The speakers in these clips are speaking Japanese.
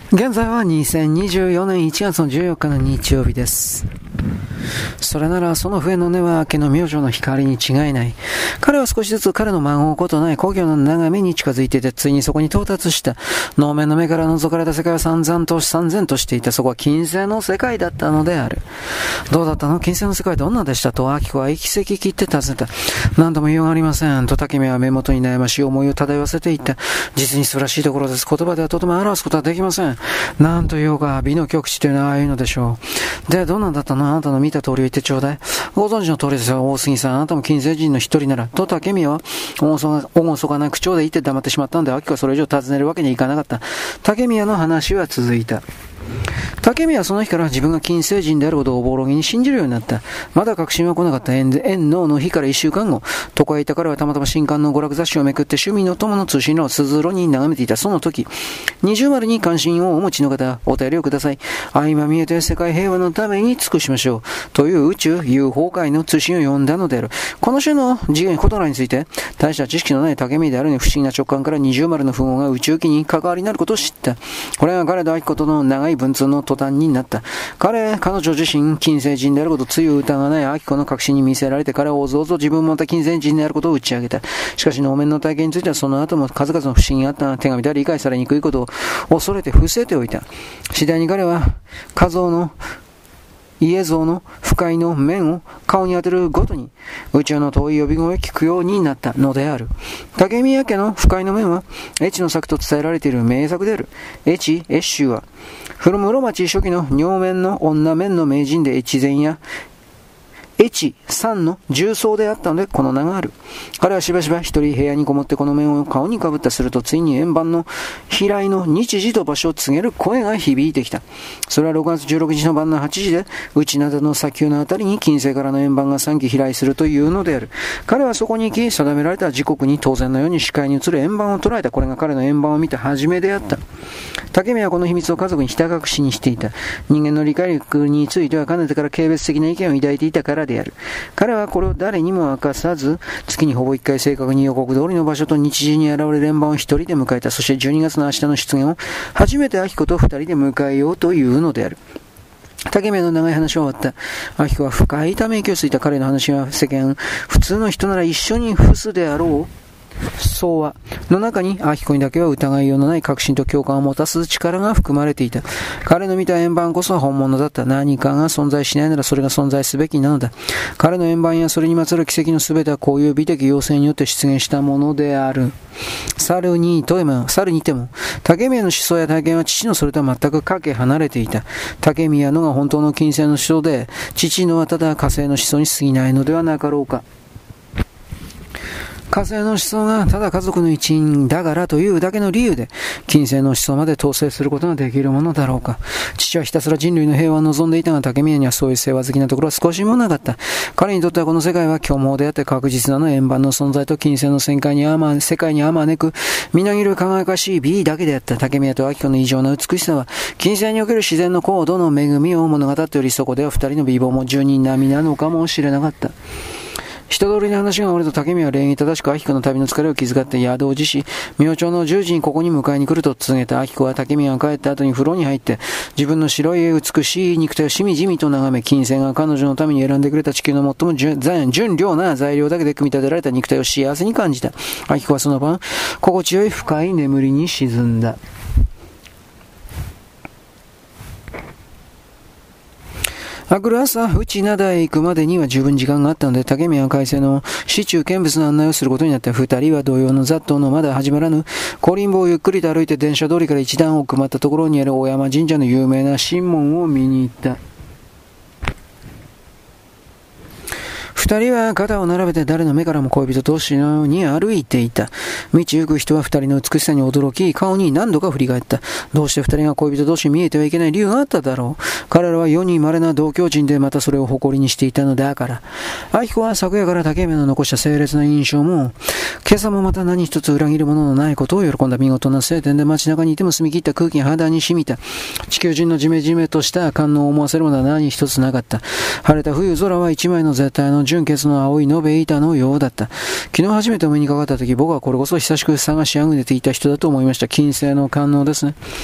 現在は2024年1月の14日の日曜日です。それならその笛の音は明けの明星の光に違いない。彼は少しずつ彼の孫うことない故郷の眺めに近づいていて、ついにそこに到達した。能面の目から覗かれた世界は散々としていた。そこは金星の世界だったのである。どうだったの？金星の世界どんなでしたと、秋子は息咳切って尋ねた。何度も言いようがありませんと、竹目は目元に悩ましい思いを漂わせていった。実に素晴らしいところです。言葉ではとても表すことはできません。なんと言おうか、美の極致というのはああいうのでしょう。で、どんなんだったの？あなたの見た通りを言ってちょうだい。ご存知の通りですよ、大杉さん。あなたも金星人の一人なら。と竹宮は厳かな口調で言って黙ってしまったんで、秋子はそれ以上尋ねるわけにはいかなかった。竹宮の話は続いた。竹宮はその日から自分が金星人であることをおぼろげに信じるようになった。まだ確信は来なかった縁能の日から1週間後、都会へいた彼はたまたま新刊の娯楽雑誌をめくって趣味の友の通信路をすずろに眺めていた。その時、20に関心をお持ちの方、お便りをください。相まみえて世界平和のために尽くしましょう。という宇宙 UFO 界の通信を読んだのである。この種の次元ことらについて、大した知識のない竹宮であるに不思議な直感から20の符号が宇宙機に関わりになることを知った。これが彼と秋子との長い文通の途端になった。彼女自身、金星人であることをつゆ疑わない秋子の確信に見せられて、彼はおぞおぞ自分もまた金星人であることを打ち上げた。しかし能面の体験についてはその後も数々の不思議があったが、手紙では理解されにくいことを恐れて伏せておいた。次第に彼は家像の不快の面を顔に当てるごとに宇宙の遠い呼び声を聞くようになったのである。竹宮家の不快の面は越の作と伝えられている名作である。越州は古室町初期の両面の女面の名人で越前や越三の重曹であったのでこの名がある。彼はしばしば一人部屋にこもってこの面を顔にかぶった。するとついに円盤の飛来の日時と場所を告げる声が響いてきた。それは6月16日の晩の8時で、内灘の砂丘のあたりに金星からの円盤が3機飛来するというのである。彼はそこに行き、定められた時刻に当然のように視界に映る円盤を捉えた。これが彼の円盤を見た初めであった。竹宮はこの秘密を家族にひた隠しにしていた。人間の理解力についてはかねてから軽蔑的な意見を抱いていたからである。彼はこれを誰にも明かさず、月にほぼ1回正確に予告通りの場所と日時に現れる円盤を一人で迎えた。そして12月の明日の出現を初めて秋子と二人で迎えようというのである。竹宮の長い話は終わった。秋子は深いため息をついた。彼の話は世間普通の人なら一緒に伏すであろう相和の中に秋子にだけは疑いようのない確信と共感を持たす力が含まれていた。彼の見た円盤こそ本物だった。何かが存在しないならそれが存在すべきなのだ。彼の円盤やそれにまつわる奇跡のすべてはこういう美的要請によって出現したものである。猿にても竹宮の思想や体験は父のそれとは全くかけ離れていた。竹宮のが本当の金星の思想で、父のはただ火星の思想に過ぎないのではなかろうか。火星の思想がただ家族の一員だからというだけの理由で金星の思想まで統制することができるものだろうか。父はひたすら人類の平和を望んでいたが、竹宮にはそういう平和好きなところは少しもなかった。彼にとってはこの世界は虚妄であって確実なの円盤の存在と金星の世界にあまねくみなぎる輝かしい美だけであった。竹宮と秋子の異常な美しさは金星における自然の高度の恵みを物語っており、そこでは二人の美貌も十人並みなのかもしれなかった。人通りの話が俺と竹宮は礼儀正しく秋子の旅の疲れを気遣って宿を辞し、明朝の10時にここに迎えに来ると告げた。秋子は竹宮が帰った後に風呂に入って自分の白い美しい肉体をしみじみと眺め、金星が彼女のために選んでくれた地球の最も純良な材料だけで組み立てられた肉体を幸せに感じた。秋子はその晩心地よい深い眠りに沈んだ。明くる朝、内灘へ行くまでには十分時間があったので、竹宮は海星の市中見物の案内をすることになった。二人は同様の雑踏のまだ始まらぬ高林坊をゆっくりと歩いて電車通りから一段奥まったところにある大山神社の有名な神門を見に行った。二人は肩を並べて誰の目からも恋人同士のように歩いていた。道行く人は二人の美しさに驚き、顔に何度か振り返った。どうして二人が恋人同士に見えてはいけない理由があっただろう。彼らは世に稀な同居人で、またそれを誇りにしていたのだから。秋子は昨夜から竹宮の残した清烈な印象も、今朝もまた何一つ裏切るもののないことを喜んだ。見事な晴天で街中にいても澄み切った空気が肌に染みた。地球人のジメジメとした感能を思わせるものは何一つなかった。晴れた冬空は一枚の絶対の純潔の青い延べ板のようだった。昨日初めてお目にかかった時、僕はこれこそ久しく探しあぐねていた人だと思いました。金星の感能ですね。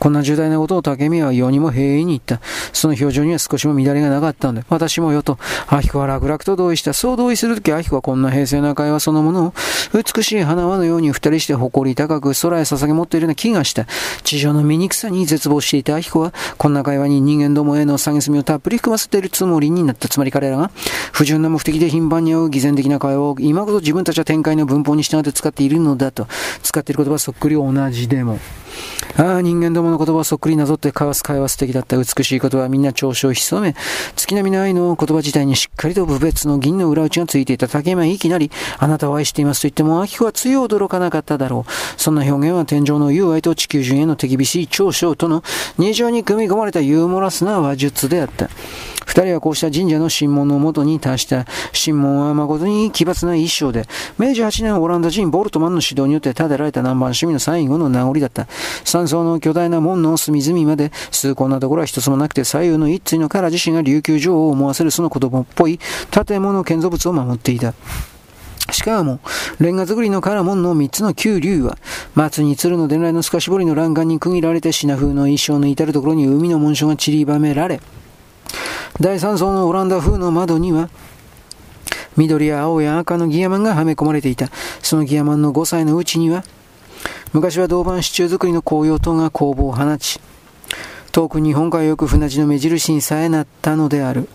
こんな重大なことを竹宮は世にも平易に言った。その表情には少しも乱れがなかったんだ。私もよと、アキコは楽々と同意した。そう同意するとき、アキコはこんな平静な会話そのものを、美しい花輪のように二人して誇り高く空へ捧げ持っているような気がした。地上の醜さに絶望していたアキコは、こんな会話に人間どもへの蔑みをたっぷり含ませているつもりになった。つまり彼らが、不純な目的で頻繁に会う偽善的な会話を、今こそ自分たちは展開の文法に従って使っているのだと。使っている言葉はそっくり同じでも。人間どもの言葉をそっくりなぞって交わす会話素敵だった。美しい言葉はみんな長所を潜め、月並みの愛の言葉自体にしっかりと部別の銀の裏打ちがついていた。竹山はいきなり、あなたを愛していますと言っても、アキコはつい驚かなかっただろう。そんな表現は天上の友愛と地球人への手厳しい長所との二重に組み込まれたユーモラスな話術であった。二人はこうした神社の神門のもとに達した。神門は誠に奇抜な一生で、明治8年オランダ人ボルトマンの指導によって建てられた南蛮趣味の最後の名残だった。山荘の巨大な門の隅々まで崇高なところは一つもなくて、左右の一対の彼自身が琉球女王を思わせるその子供っぽい建物建造物を守っていた。しかも、レンガ造りの唐門の三つの旧竜は、松に鶴の伝来の透かし彫りの欄干に区切られて品風の一生の至るところに海の紋章が散りばめられ、第三層のオランダ風の窓には、緑や青や赤のギヤマンがはめ込まれていた。そのギヤマンの5歳のうちには、昔は銅板支柱作りの紅葉灯が工房を放ち、遠く日本海をよく船地の目印にさえなったのである。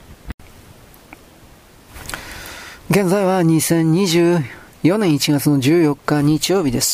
現在は2024年1月の14日日曜日です。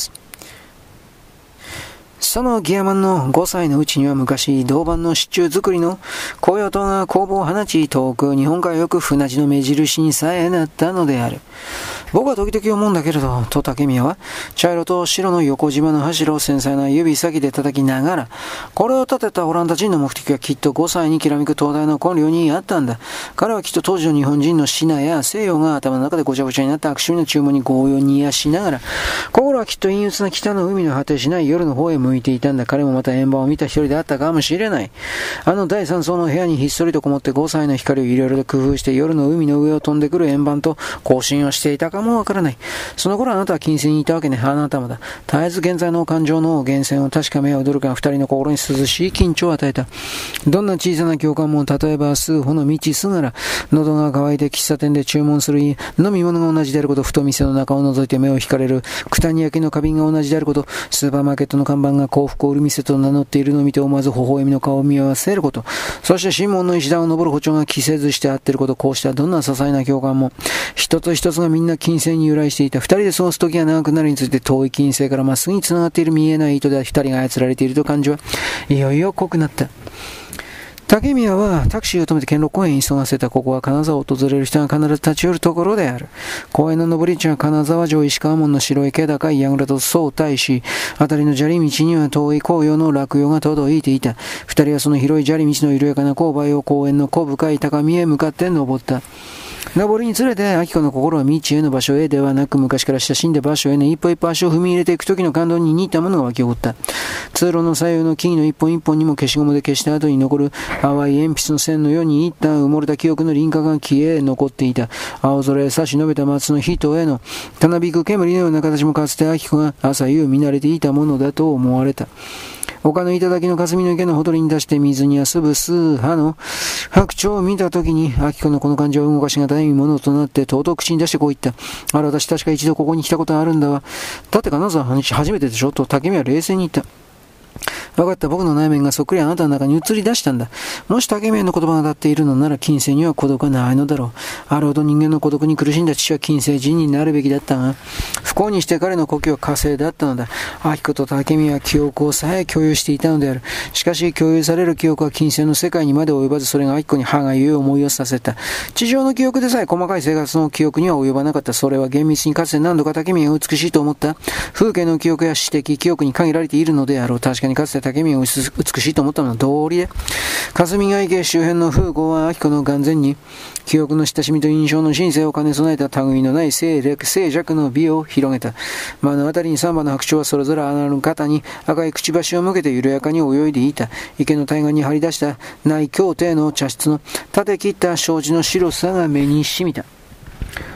そのギヤマンの5歳のうちには昔銅板の支柱作りの紅葉灯が工房を放ち、遠く日本海をよく船地の目印にさえなったのである。僕は時々思うんだけれど、と竹宮は茶色と白の横縞の柱を繊細な指先で叩きながら、これを立てたオランダ人の目的はきっと5歳にきらめく灯台の根領にあったんだ。彼はきっと当時の日本人のシナや西洋が頭の中でごちゃごちゃになった悪趣味の注文に強要に癒しながら、心はきっと陰鬱な北の海の果てしない夜の方へ向いていたんだ。彼もまた円盤を見た一人であったかもしれない。あの第三層の部屋にひっそりとこもって5歳の光をいろいろと工夫して夜の海の上を飛んでくる円盤と交信をしていたかもわからない。その頃あなたは金星にいたわけね。あなたまだ絶えず現在の感情の源泉を確かめ合う努力が二人の心に涼しい緊張を与えた。どんな小さな共感も、例えば数歩の道すがら喉が渇いて喫茶店で注文する飲み物が同じであること、ふと店の中を覗いて目を惹かれる九谷焼の花瓶が同じであること、スーパーマーケットの看板が幸福を売る店と名乗っているのを見て思わず微笑みの顔を見合わせること、そして神門の石段を登る歩調が着せずして合っていること、こうしたどんな些細な共感も一つ一つがみんな金星に由来していた。二人で過ごす時が長くなるについて、遠い金星からまっすぐに繋がっている見えない糸で二人が操られていると感じはいよいよ濃くなった。竹宮はタクシーを止めて兼六公園に急がせた。ここは金沢を訪れる人が必ず立ち寄るところである。公園の上り地は金沢城石川門の白い気高い櫓と相対し、辺りの砂利道には遠い紅葉の落葉が届いていた。二人はその広い砂利道の緩やかな勾配を公園の小深い高みへ向かって登った。登りにつれて、明子の心は未知への場所へではなく、昔から親しんだ場所への一歩一歩足を踏み入れていく時の感動に似たものが湧き起こった。通路の左右の木々の一本一本にも消しゴムで消した後に残る淡い鉛筆の線のように一旦埋もれた記憶の輪郭が消え残っていた。青空へ差し伸べた松の人へのたなびく煙のような形もかつて明子が朝夕見慣れていたものだと思われた。丘の頂の霞の池のほとりに出して水に遊ぶ数羽の白鳥を見たときに、明子のこの感情を動かしがたいものとなって、とうとう口に出してこう言った。あら、私確か一度ここに来たことあるんだわ。だって金沢初めてでしょと竹見は冷静に言った。分かった。僕の内面がそっくりあなたの中に映り出したんだ。もし竹面の言葉が立っているのなら、近世には孤独はないのだろう。あるほど人間の孤独に苦しんだ父は近世人になるべきだったが、不幸にして彼の故郷は火星だったのだ。明子と竹見は記憶をさえ共有していたのである。しかし共有される記憶は近世の世界にまで及ばず、それが明子に歯がゆい思いをさせた。地上の記憶でさえ細かい生活の記憶には及ばなかった。それは厳密にかつて何度か竹見が美しいと思った風景の記憶や詩的記憶に限られているのであろう。確かにかつて竹見を美しいと思ったのは道理で、霞ヶ池周辺の風光は明子の眼前に記憶の親しみと印象の神聖を兼ね備えた類のない静寂の美を広げた。目のあたりに3羽の白鳥はそれぞれ穴の肩に赤いくちばしを向けて緩やかに泳いでいた。池の対岸に張り出した内京亭の茶室の立て切った障子の白さが目にしみた。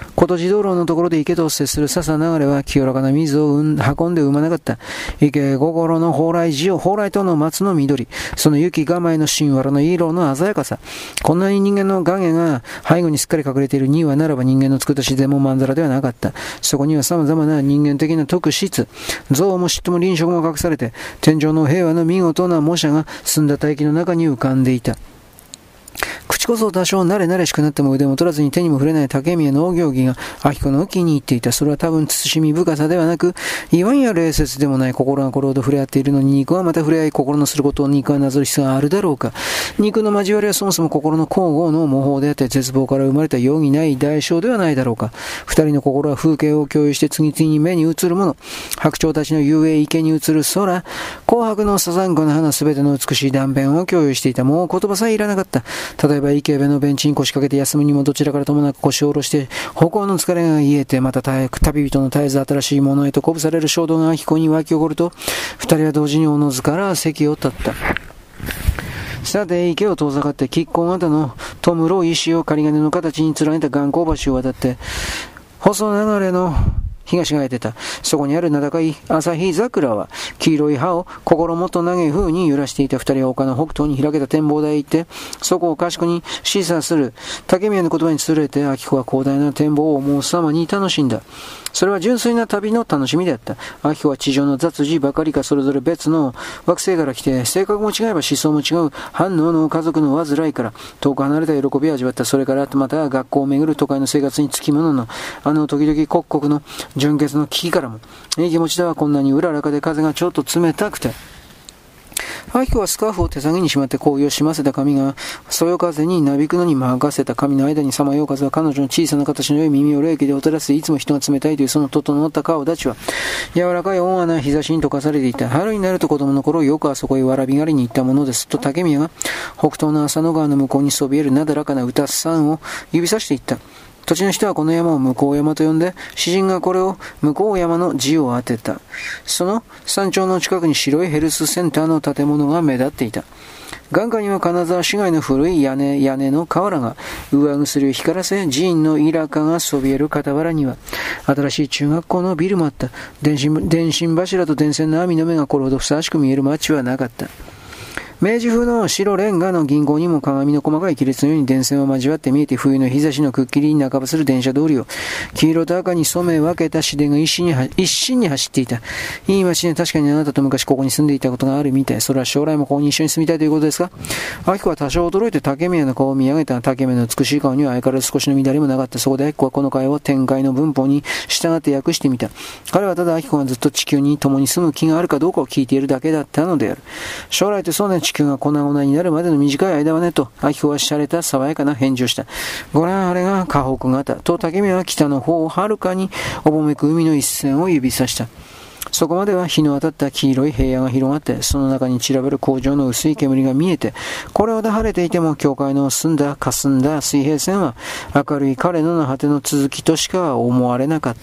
琴路道路のところで池と接する笹流れは清らかな水を運んで生まなかった。池心の蓬莱地を蓬莱との松の緑、その雪構えの神話の色の鮮やかさ。こんなに人間の眼が背後にすっかり隠れている2羽ならば人間の作った自然もまんざらではなかった。そこには様々な人間的な特質、憎悪も嫉妬も臨食も隠されて、天上の平和の見事な模写が澄んだ大気の中に浮かんでいた。口こそ多少慣れ慣れしくなっても腕も取らずに手にも触れない竹宮農業着が明子の気に入っていた。それは多分慎み深さではなく、いわんや礼節でもない心がこれほど触れ合っているのに、肉はまた触れ合い心のすることを肉はなぞる必要があるだろうか。肉の交わりはそもそも心の交互の模倣であって絶望から生まれた容疑ない代償ではないだろうか。二人の心は風景を共有して次々に目に映るもの、白鳥たちの遊泳池に映る空、紅白のサザンカの花すべての美しい断片を共有していた。もう言葉さえいらなかった。例えば池辺のベンチに腰掛けて休むにもどちらからともなく腰を下ろして歩行の疲れが癒えて、また旅人の絶えず新しいものへと鼓舞される衝動が彦に湧き起こると、二人は同時におのずから席を立った。さて池を遠ざかって亀甲型の弔う石を針金の形に連ねた岩光橋を渡って細流れの東が得てた。そこにある名高い朝日桜は黄色い葉を心もと投げ風に揺らしていた。二人は丘の北東に開けた展望台へ行ってそこを賢に示唆する竹宮の言葉につれて明子は広大な展望を思う様に楽しんだ。それは純粋な旅の楽しみであった。明子は地上の雑事ばかりかそれぞれ別の惑星から来て性格も違えば思想も違う反応の家族の煩いから遠く離れた喜びを味わった。それからまた学校を巡る都会の生活につきものの時々刻々の純潔の危機からもいい気持ちではこんなにうららかで風がちょっと冷たくて、明子はスカーフを手提げにしまって紅葉をしませた髪がそよ風になびくのに任せた。髪の間にさまよう風は彼女の小さな形の良い耳を冷気で踊らせていつも人が冷たいというその整った顔立ちは柔らかい温和な日差しに溶かされていた。春になると子供の頃よくあそこへわらび狩りに行ったものですと竹宮が北東の浅野川の向こうにそびえるなだらかな歌山を指さしていった。土地の人はこの山を向こう山と呼んで、詩人がこれを向こう山の字を当てた。その山頂の近くに白いヘルスセンターの建物が目立っていた。眼下には金沢市街の古い屋根の瓦が上薬を光らせ、寺院のイラカがそびえる傍らには新しい中学校のビルもあった。電信柱と電線の網の目がこれほどふさわしく見える街はなかった。明治風の白レンガの銀行にも鏡の細かい亀裂のように電線を交わって見えて、冬の日差しのくっきりに半ばする電車通りを黄色と赤に染め分けた市電が一心に走っていた。いい街ね。確かにあなたと昔ここに住んでいたことがあるみたい。それは将来もここに一緒に住みたいということですか？明子は多少驚いて竹宮の顔を見上げた。竹宮の美しい顔には相変わらず少しの乱れもなかった。そこで明子はこの会話を展開の文法に従って訳してみた。彼はただ明子がずっと地球に共に住む気があるかどうかを聞いているだけだったのである。将来ってそうね。地球が粉々になるまでの短い間はねと明子は洒落た爽やかな返事をした。ご覧あれが河北型と竹宮は北の方をはるかにおぼめく海の一線を指さした。そこまでは日の当たった黄色い平野が広がって、その中に散らばる工場の薄い煙が見えて、これほど晴れていても教会の澄んだ霞んだ水平線は明るい彼の果ての続きとしか思われなかった。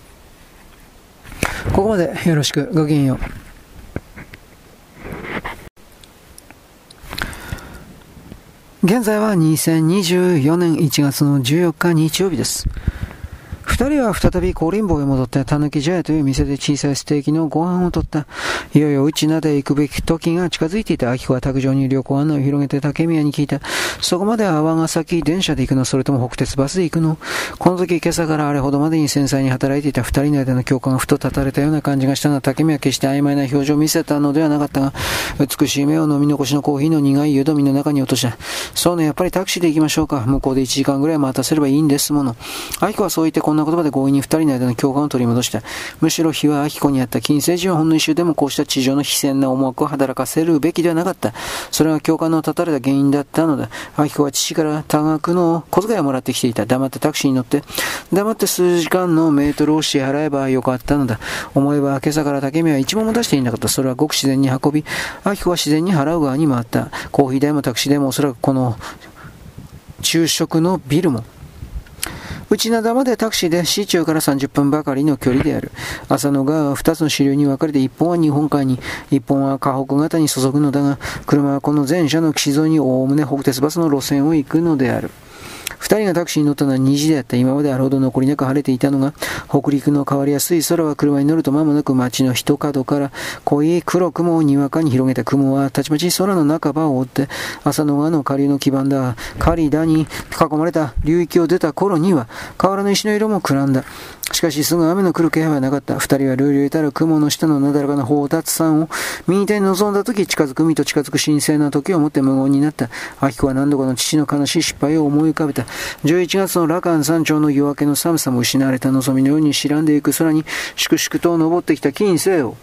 ここまでよろしく。ごきげんよう。現在は2024年1月の14日日曜日です。二人は再び高林坊へ戻ってたぬき茶屋という店で小さいステーキのご飯を取った。いよいよ内名で行くべき時が近づいていた。明子は卓上に旅行案内を広げて竹宮に聞いた。そこまでは尼崎電車で行くの、それとも北鉄バスで行くの？この時今朝からあれほどまでに繊細に働いていた二人の間の境界がふと立たれたような感じがしたが、竹宮は決して曖昧な表情を見せたのではなかったが、美しい目を飲み残しのコーヒーの苦い湯飲みの中に落とした。そうね、やっぱりタクシーで行きましょうか。向こうで1時間ぐらい待たせればいいんですもの。明子はそう言ってこんな言葉で強引に二人の間の共感を取り戻した。むしろ日は明子にあった金星人はほんの一瞬でもこうした地上の非戦な思惑を働かせるべきではなかった。それが共感の断たれた原因だったのだ。明子は父から多額の小遣いをもらってきていた。黙ってタクシーに乗って黙って数時間のメートルを支払えばよかったのだ。思えば今朝から竹宮は一問も出していなかった。それはごく自然に運び、明子は自然に払う側に回った。コーヒー代もタクシー代もおそらくこの昼食のビルも内灘までタクシーで市中から30分ばかりの距離である。浅野川は2つの支流に分かれて、一本は日本海に、一本は河北型に注ぐのだが、車はこの前者の岸沿いにおおむね北鉄バスの路線を行くのである。 二人がタクシーに乗ったのは2時であった。今まであるほど残りなく晴れていたのが、北陸の変わりやすい空は車に乗ると間もなく街の一角から濃い黒雲をにわかに広げた。雲はたちまち空の半ばを覆って、浅野川の下流の基盤だ、カリダに囲まれた流域を出た頃には、河原の石の色もくらんだ。しかしすぐ雨の来る気配はなかった。二人はルールたる雲の下のなだらかな宝達山を右手に臨んだ時、近づく海と近づく神聖な時をもって無言になった。明子は何度かの父の悲しい失敗を思い浮かべた。11月の羅漢山頂の夜明けの寒さも失われた望みのように白んでいく空に粛々と登ってきた金星を。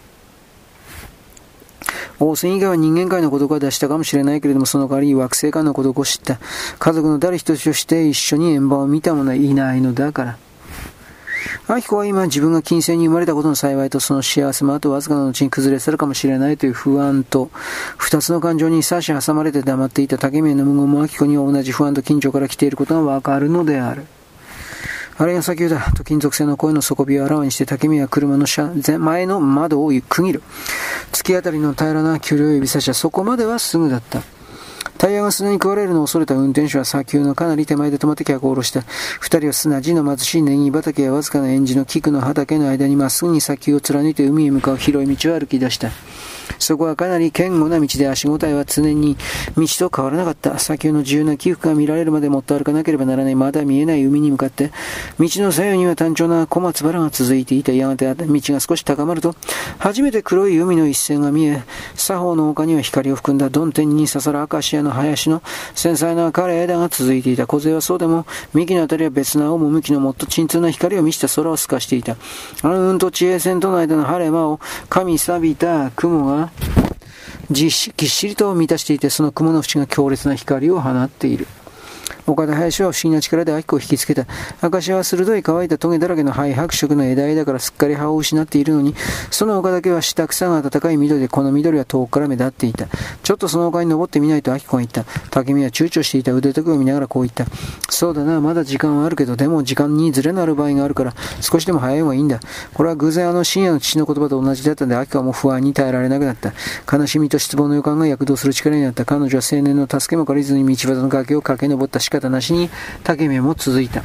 王翦以外は人間界の孤独は出したかもしれないけれども、その代わり惑星間の孤独を知った。家族の誰一人として一緒に円盤を見た者はいないのだから。明子は今自分が金星に生まれたことの幸いとその幸せもあとわずかの後に崩れ去るかもしれないという不安と二つの感情に差し挟まれて黙っていた竹宮の無言も明子には同じ不安と緊張から来ていることがわかるのである。あれが砂丘だと金属製の声の底火をあらわにして竹宮は車の前の窓を区切る。突き当たりの平らな丘陵を指差しはそこまではすぐだった。タイヤが砂に食われるのを恐れた運転手は砂丘のかなり手前で止まって客を下ろした。二人は砂地の貧しいネギ畑やわずかな縁地の菊の畑の間にまっすぐに砂丘を貫いて海へ向かう広い道を歩き出した。そこはかなり堅固な道で足応えは常に道と変わらなかった。砂丘の自由な起伏が見られるまでもっと歩かなければならないまだ見えない海に向かって、道の左右には単調な小松原が続いていた。やがて道が少し高まると、初めて黒い海の一線が見え、左方の丘には光を含んだ曇天に刺さるアカシアの林の繊細な枯れ枝が続いていた。梢はそうでも、幹のあたりは別な趣のもっと沈痛な光を満ちた空を透かしていた。と地平線との間の晴れ間を神錆びた雲がぎっしりと満たしていて、その雲の縁が強烈な光を放っている。岡田林は不思議な力で明子を引きつけた。アカシアは鋭い乾いたトゲだらけの灰白色の枝々からすっかり葉を失っているのに、その丘だけは下草が暖かい緑で、この緑は遠くから目立っていた。ちょっとその丘に登ってみないと、明子が言った。竹見は躊躇していた。腕時計を見ながらこう言った。そうだな、まだ時間はあるけど、でも時間にズレのある場合があるから、少しでも早い方がいいんだ。これは偶然深夜の父の言葉と同じだったので、明子はもう不安に耐えられなくなった。悲しみと失望の予感が躍動する力になった。彼女は青年の助けも借りずに道端の崖を駆け上った。仕方なしに竹宮も続いた。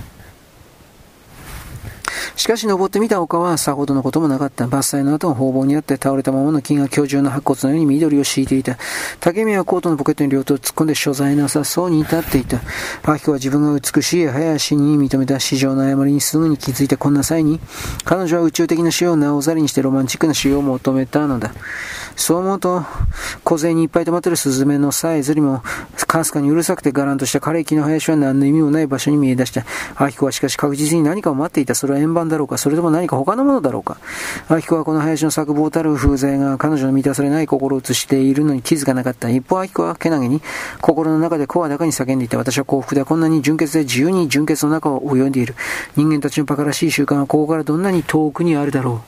しかし登ってみた丘はさほどのこともなかった。伐採の後が方々にあって倒れたままの木が巨重な白骨のように緑を敷いていた。竹宮はコートのポケットに両手を突っ込んで所在なさそうに立っていた。明子は自分が美しい林に認めた市場の誤りにすぐに気づいて、こんな際に彼女は宇宙的な死をなおざりにしてロマンチックな死を求めたのだ。そう思うと、小勢にいっぱい止まっているスズメのさえずりもかすかにうるさくてがらんとした枯れ木の林は何の意味もない場所に見え出した。明子はしかし確実に何かを待っていた。それは円盤だろうか、それとも何か他のものだろうか。明子はこの林の錯傍たる風情が彼女の満たされない心を映しているのに気づかなかった。一方明子はけなげに心の中で声高に叫んでいた。私は幸福だ。こんなに純潔で自由に純潔の中を泳いでいる。人間たちの馬鹿らしい習慣はここからどんなに遠くにあるだろう。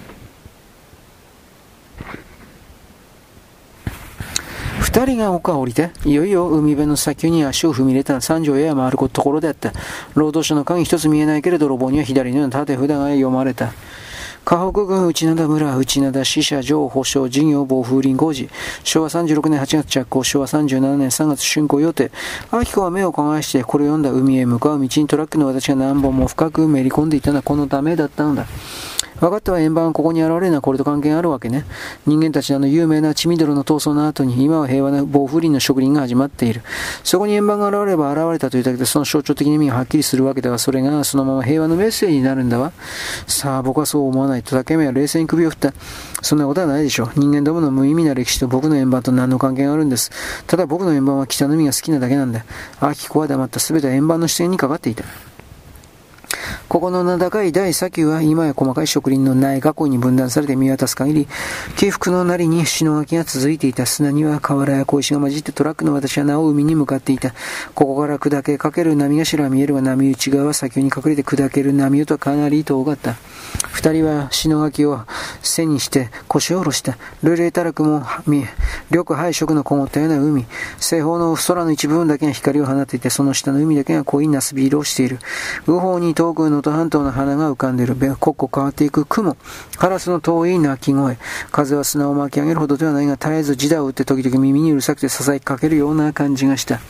二人が丘を降りて、いよいよ海辺の砂丘に足を踏み入れた。三条へ回るところであった。労働者の影一つ見えないけれど、泥棒には左のような縦札が読まれた。河北郡内灘村、内灘支社上保証事業防風林工事。昭和36年8月着工、昭和37年3月竣工予定。明子は目を輝してこれを読んだ。海へ向かう道にトラックの私が何本も深くめり込んでいたのはこのためだったのだ。分かったわ。円盤はここに現れるのはこれと関係があるわけね。人間たちの有名な血みどろの闘争の後に今は平和な防風林の植林が始まっている。そこに円盤が現れれば現れたというだけでその象徴的な意味がはっきりするわけだが、それがそのまま平和のメッセージになるんだわ。さあ僕はそう思わないと。竹目は冷静に首を振った。そんなことはないでしょう。人間どもの無意味な歴史と僕の円盤と何の関係があるんです。ただ僕の円盤は北の海が好きなだけなんだ。明子は黙った。すべては円盤の視点にかかっていた。ここの名高い大砂丘は今や細かい植林の苗囲いに分断されて見渡す限り、起伏のなりに篠垣が続いていた。砂には河原や小石が混じってトラックの私はなお海に向かっていた。ここから砕けかける波頭は見えるが、波打ち側は砂丘に隠れて砕ける波とはかなり遠かった。二人は篠垣を背にして腰を下ろした。ルレータラクも見え、緑灰色の凍ったような海。西方の空の一部分だけが光を放っていて、その下の海だけが濃いナスビ色をしている。右方に遠く能登半島の花が浮かんでいる。刻々変わっていく雲。カラスの遠い鳴き声。風は砂を巻き上げるほどではないが、絶えず地打を打って時々耳にうるさくて囁きかけるような感じがした。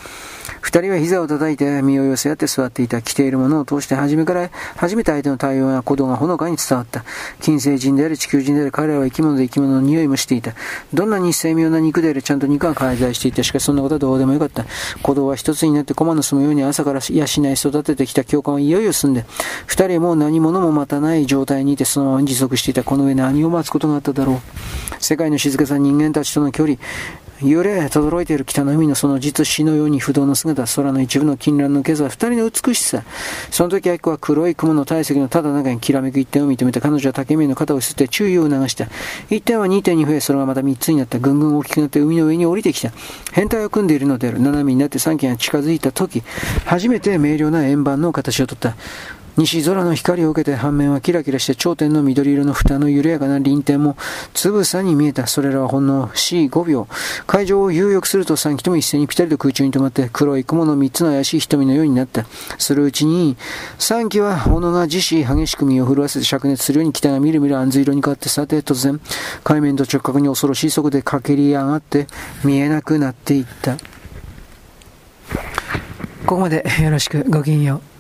二人は膝を叩いて身を寄せ合って座っていた。着ているものを通して初めて相手の対応や行動がほのかに伝わった。金星人である地球人である彼らは生き物で生き物の匂いもしていた。どんなに精妙な肉である、ちゃんと肉が介在していた。しかしそんなことはどうでもよかった。鼓動は一つになって駒の巣のように朝から養い育ててきた教官はいよいよ済んで、二人はもう何者も待たない状態にいてそのまま持続していた。この上何を待つことがあっただろう。世界の静けさ、人間たちとの距離、揺れ轟いている北の海のその実死のように不動の姿、空の一部の金乱の今朝、二人の美しさ。その時、アキコは黒い雲の体積のただ中にきらめく一点を認めた。彼女は竹宮の肩を吸って注意を促した。一点は 2.2 増え、それがまた3つになった。ぐんぐん大きくなって海の上に降りてきた。変態を組んでいるのである。斜めになって3機が近づいた時、初めて明瞭な円盤の形をとった。西空の光を受けて半面はキラキラして頂点の緑色の蓋の緩やかな輪点もつぶさに見えた。それらはほんの 4,5 秒。海上を遊浴すると3機とも一斉にピタリと空中に止まって黒い雲の3つの怪しい瞳のようになった。するうちに3機は斧が自死激しく身を震わせて灼熱するように北がみるみる暗髄色に変わって、さて突然海面と直角に恐ろしい速度で駆け上がって見えなくなっていった。ここまでよろしく。ごきげんよう。